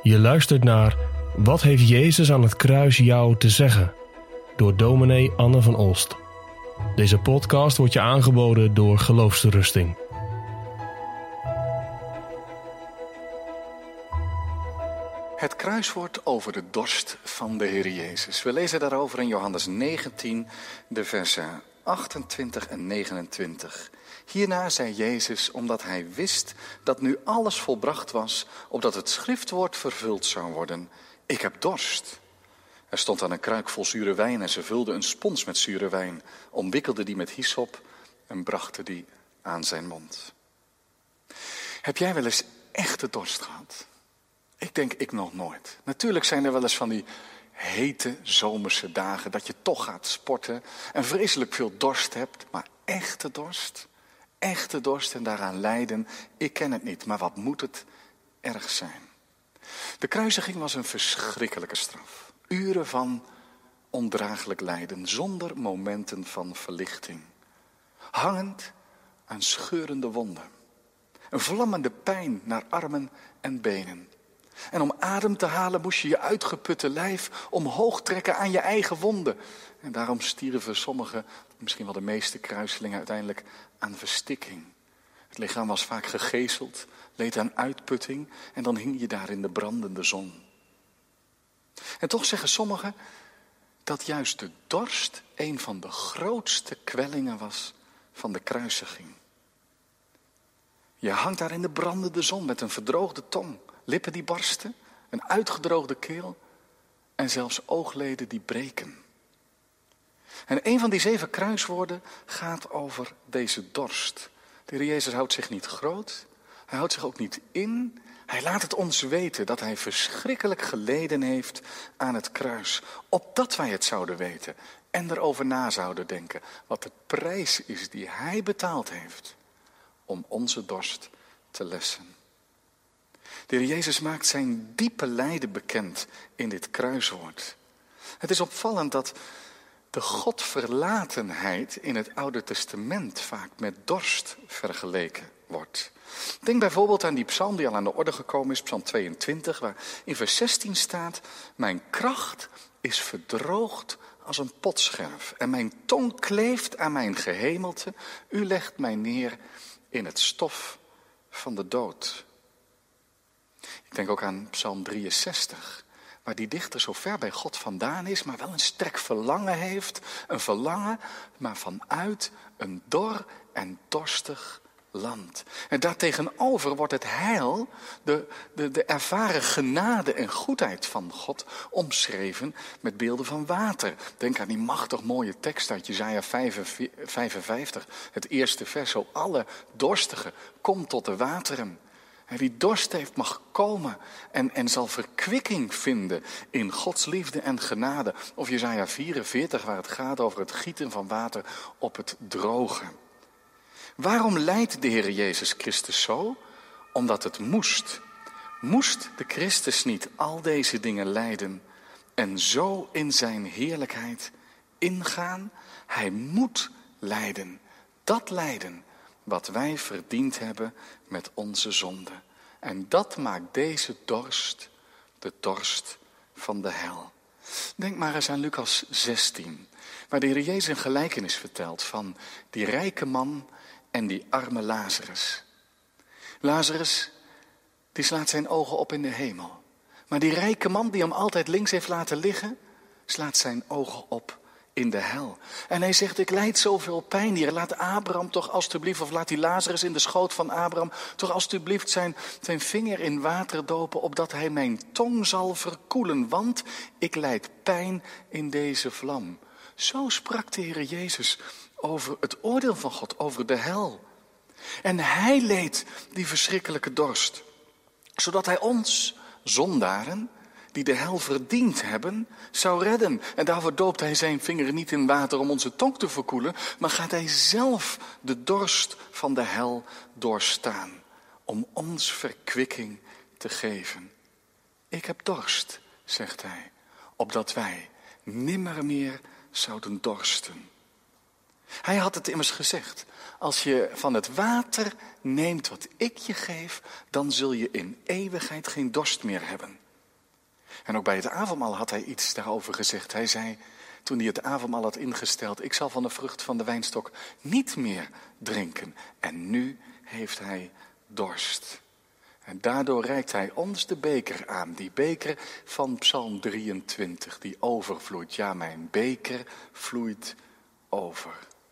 Je luistert naar Wat heeft Jezus aan het kruis jou te zeggen? Door dominee Anne van Olst. Deze podcast wordt je aangeboden door Geloofsterusting. Het kruiswoord over de dorst van de Heer Jezus. We lezen daarover in Johannes 19, de versen 28 en 29. Hierna zei Jezus, omdat hij wist dat nu alles volbracht was, opdat het schriftwoord vervuld zou worden: ik heb dorst. Er stond aan een kruik vol zure wijn en ze vulden een spons met zure wijn, omwikkelden die met hyssop en brachten die aan zijn mond. Heb jij wel eens echte dorst gehad? Ik denk ik nog nooit. Natuurlijk zijn er wel eens van die hete zomerse dagen dat je toch gaat sporten en vreselijk veel dorst hebt, maar echte dorst en daaraan lijden, ik ken het niet, maar wat moet het erg zijn. De kruisiging was een verschrikkelijke straf. Uren van ondraaglijk lijden, zonder momenten van verlichting. Hangend aan scheurende wonden. Een vlammende pijn naar armen en benen. En om adem te halen moest je je uitgeputte lijf omhoog trekken aan je eigen wonden. En daarom stierven sommigen, misschien wel de meeste kruiselingen, uiteindelijk aan verstikking. Het lichaam was vaak gegezeld, leed aan uitputting en dan hing je daar in de brandende zon. En toch zeggen sommigen dat juist de dorst een van de grootste kwellingen was van de kruisiging. Je hangt daar in de brandende zon met een verdroogde tong, lippen die barsten, een uitgedroogde keel en zelfs oogleden die breken. En een van die 7 kruiswoorden gaat over deze dorst. De Heer Jezus houdt zich niet groot, hij houdt zich ook niet in. Hij laat het ons weten dat hij verschrikkelijk geleden heeft aan het kruis. Opdat wij het zouden weten en erover na zouden denken wat de prijs is die hij betaald heeft om onze dorst te lessen. De Heer Jezus maakt zijn diepe lijden bekend in dit kruiswoord. Het is opvallend dat de Godverlatenheid in het Oude Testament vaak met dorst vergeleken wordt. Denk bijvoorbeeld aan die psalm die al aan de orde gekomen is, psalm 22, waar in vers 16 staat: mijn kracht is verdroogd als een potscherf en mijn tong kleeft aan mijn gehemelte. U legt mij neer in het stof van de dood. Ik denk ook aan psalm 63, waar die dichter zo ver bij God vandaan is, maar wel een sterk verlangen heeft. Een verlangen, maar vanuit een dor en dorstig land. En daartegenover wordt het heil, de ervaren genade en goedheid van God, omschreven met beelden van water. Denk aan die machtig mooie tekst uit Jesaja 55, het eerste vers. Zo alle dorstigen, kom tot de wateren. En wie dorst heeft mag komen en zal verkwikking vinden in Gods liefde en genade. Of Jesaja 44, waar het gaat over het gieten van water op het droge. Waarom lijdt de Heer Jezus Christus zo? Omdat het moest. Moest de Christus niet al deze dingen lijden en zo in zijn heerlijkheid ingaan? Hij moet lijden. Dat lijden wat wij verdiend hebben met onze zonde. En dat maakt deze dorst de dorst van de hel. Denk maar eens aan Lucas 16, waar de Heer Jezus een gelijkenis vertelt van die rijke man en die arme Lazarus. Lazarus, die slaat zijn ogen op in de hemel. Maar die rijke man die hem altijd links heeft laten liggen, slaat zijn ogen op in de hel. En hij zegt, ik lijd zoveel pijn hier. Laat Abraham toch alstublieft, of laat die Lazarus in de schoot van Abraham toch alstublieft zijn vinger in water dopen, opdat hij mijn tong zal verkoelen. Want ik lijd pijn in deze vlam. Zo sprak de Heer Jezus over het oordeel van God, over de hel. En hij leed die verschrikkelijke dorst, zodat hij ons, zondaren, die de hel verdiend hebben, zou redden. En daarvoor doopt hij zijn vinger niet in water om onze tong te verkoelen, maar gaat hij zelf de dorst van de hel doorstaan, om ons verkwikking te geven. Ik heb dorst, zegt hij, opdat wij nimmer meer zouden dorsten. Hij had het immers gezegd, als je van het water neemt wat ik je geef, dan zul je in eeuwigheid geen dorst meer hebben. En ook bij het avondmaal had hij iets daarover gezegd. Hij zei, toen hij het avondmaal had ingesteld, ik zal van de vrucht van de wijnstok niet meer drinken. En nu heeft hij dorst. En daardoor reikt hij ons de beker aan. Die beker van Psalm 23, die overvloeit. Ja, mijn beker vloeit over.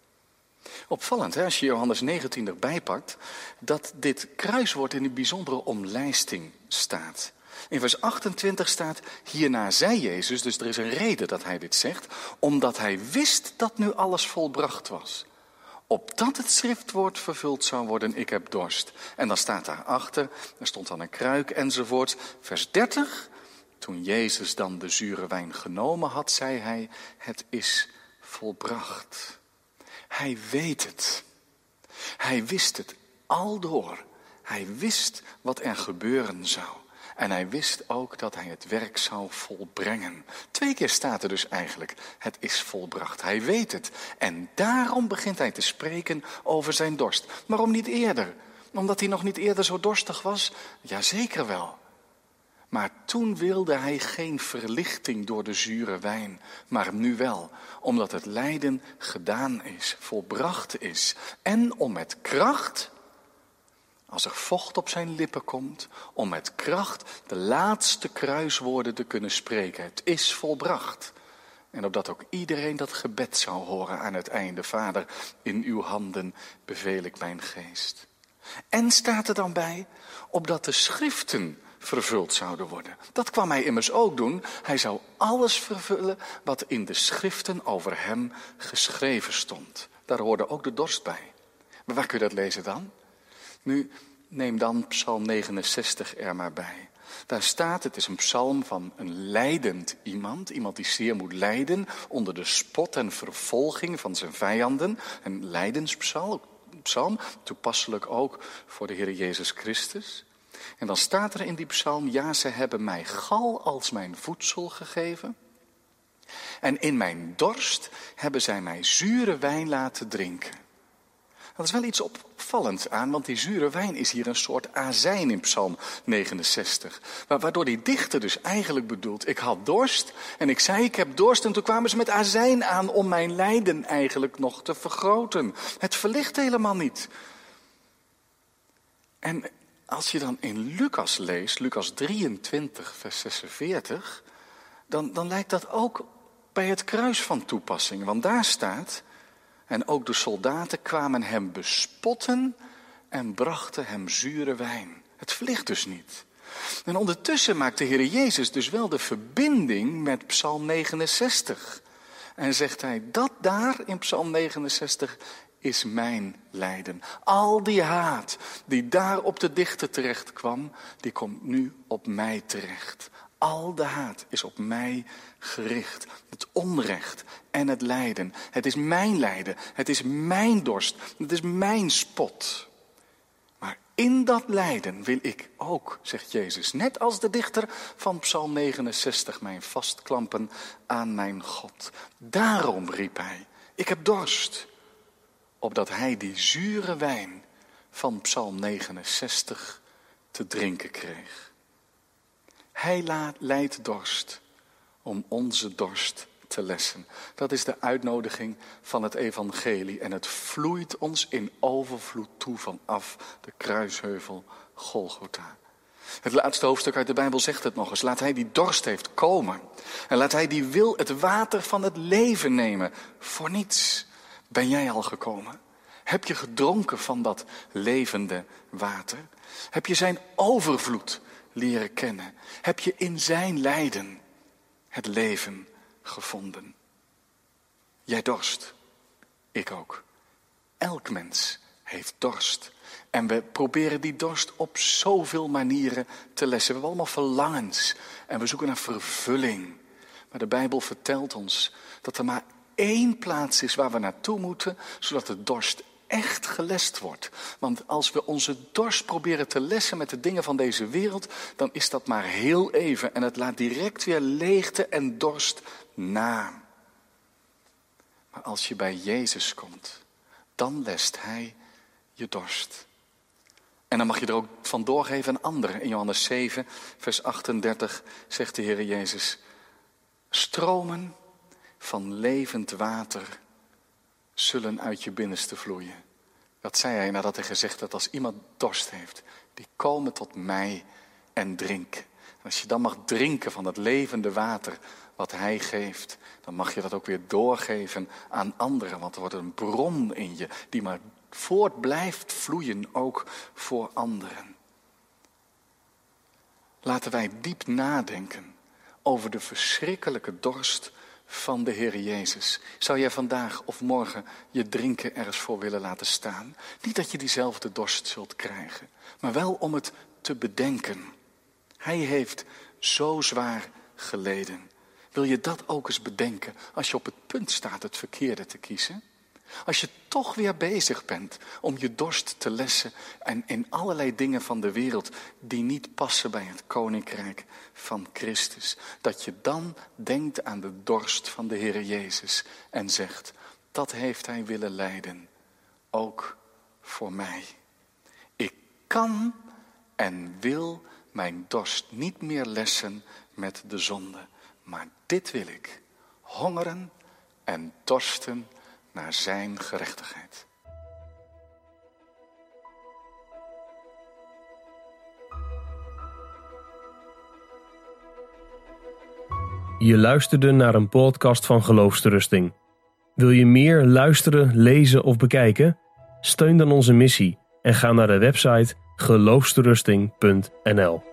Opvallend, hè, als je Johannes 19 erbij pakt, dat dit kruiswoord in een bijzondere omlijsting staat. In vers 28 staat, hierna zei Jezus, dus er is een reden dat hij dit zegt, omdat hij wist dat nu alles volbracht was. Opdat het schriftwoord vervuld zou worden, ik heb dorst. En dan staat daarachter, er stond dan een kruik enzovoort. Vers 30, toen Jezus dan de zure wijn genomen had, zei hij, het is volbracht. Hij weet het. Hij wist het aldoor. Hij wist wat er gebeuren zou. En hij wist ook dat hij het werk zou volbrengen. 2 keer staat er dus eigenlijk, het is volbracht. Hij weet het. En daarom begint hij te spreken over zijn dorst. Waarom niet eerder? Omdat hij nog niet eerder zo dorstig was? Jazeker wel. Maar toen wilde hij geen verlichting door de zure wijn. Maar nu wel, omdat het lijden gedaan is, volbracht is. En om met kracht, als er vocht op zijn lippen komt, om met kracht de laatste kruiswoorden te kunnen spreken. Het is volbracht. En opdat ook iedereen dat gebed zou horen aan het einde. Vader, in uw handen beveel ik mijn geest. En staat er dan bij, opdat de schriften vervuld zouden worden. Dat kwam hij immers ook doen. Hij zou alles vervullen wat in de schriften over hem geschreven stond. Daar hoorde ook de dorst bij. Maar waar kun je dat lezen dan? Nu, neem dan Psalm 69 er maar bij. Daar staat, het is een psalm van een lijdend iemand. Iemand die zeer moet lijden onder de spot en vervolging van zijn vijanden. Een lijdenspsalm, toepasselijk ook voor de Heer Jezus Christus. En dan staat er in die psalm, ja, ze hebben mij gal als mijn voedsel gegeven. En in mijn dorst hebben zij mij zure wijn laten drinken. Dat is wel iets opvallends aan, want die zure wijn is hier een soort azijn in Psalm 69. Waardoor die dichter dus eigenlijk bedoelt, ik had dorst en ik zei ik heb dorst en toen kwamen ze met azijn aan om mijn lijden eigenlijk nog te vergroten. Het verlicht helemaal niet. En als je dan in Lucas leest, Lucas 23 vers 46, dan lijkt dat ook bij het kruis van toepassing. Want daar staat, en ook de soldaten kwamen hem bespotten en brachten hem zure wijn. Het verlicht dus niet. En ondertussen maakt de Heer Jezus dus wel de verbinding met Psalm 69. En zegt hij, dat daar in Psalm 69 is mijn lijden. Al die haat die daar op de dichter terecht kwam, die komt nu op mij terecht. Al de haat is op mij gericht. Het onrecht en het lijden. Het is mijn lijden. Het is mijn dorst. Het is mijn spot. Maar in dat lijden wil ik ook, zegt Jezus, net als de dichter van Psalm 69, mijn vastklampen aan mijn God. Daarom riep hij, ik heb dorst. Opdat hij die zure wijn van Psalm 69 te drinken kreeg. Hij lijdt dorst om onze dorst te lessen. Dat is de uitnodiging van het evangelie. En het vloeit ons in overvloed toe vanaf de kruisheuvel Golgotha. Het laatste hoofdstuk uit de Bijbel zegt het nog eens. Laat hij die dorst heeft komen. En laat hij die wil het water van het leven nemen. Voor niets ben jij al gekomen. Heb je gedronken van dat levende water? Heb je zijn overvloed leren kennen? Heb je in zijn lijden het leven gevonden? Jij dorst. Ik ook. Elk mens heeft dorst. En we proberen die dorst op zoveel manieren te lessen. We hebben allemaal verlangens. En we zoeken naar vervulling. Maar de Bijbel vertelt ons dat er maar één plaats is waar we naartoe moeten, zodat de dorst echt gelest wordt. Want als we onze dorst proberen te lessen met de dingen van deze wereld, dan is dat maar heel even. En het laat direct weer leegte en dorst na. Maar als je bij Jezus komt, dan lest hij je dorst. En dan mag je er ook van doorgeven aan anderen. In Johannes 7, vers 38 zegt de Heer Jezus: stromen van levend water zullen uit je binnenste vloeien. Dat zei hij nadat hij gezegd had: als iemand dorst heeft, die komen tot mij en drinken. En als je dan mag drinken van dat levende water wat hij geeft, dan mag je dat ook weer doorgeven aan anderen. Want er wordt een bron in je die maar voort blijft vloeien, ook voor anderen. Laten wij diep nadenken over de verschrikkelijke dorst van de Heer Jezus. Zou jij vandaag of morgen je drinken ergens voor willen laten staan? Niet dat je diezelfde dorst zult krijgen, maar wel om het te bedenken. Hij heeft zo zwaar geleden. Wil je dat ook eens bedenken als je op het punt staat het verkeerde te kiezen? Als je toch weer bezig bent om je dorst te lessen en in allerlei dingen van de wereld die niet passen bij het koninkrijk van Christus. Dat je dan denkt aan de dorst van de Heer Jezus en zegt: dat heeft hij willen lijden, ook voor mij. Ik kan en wil mijn dorst niet meer lessen met de zonde. Maar dit wil ik: hongeren en dorsten naar zijn gerechtigheid. Je luisterde naar een podcast van Geloofsterusting. Wil je meer luisteren, lezen of bekijken? Steun dan onze missie en ga naar de website geloofsterusting.nl.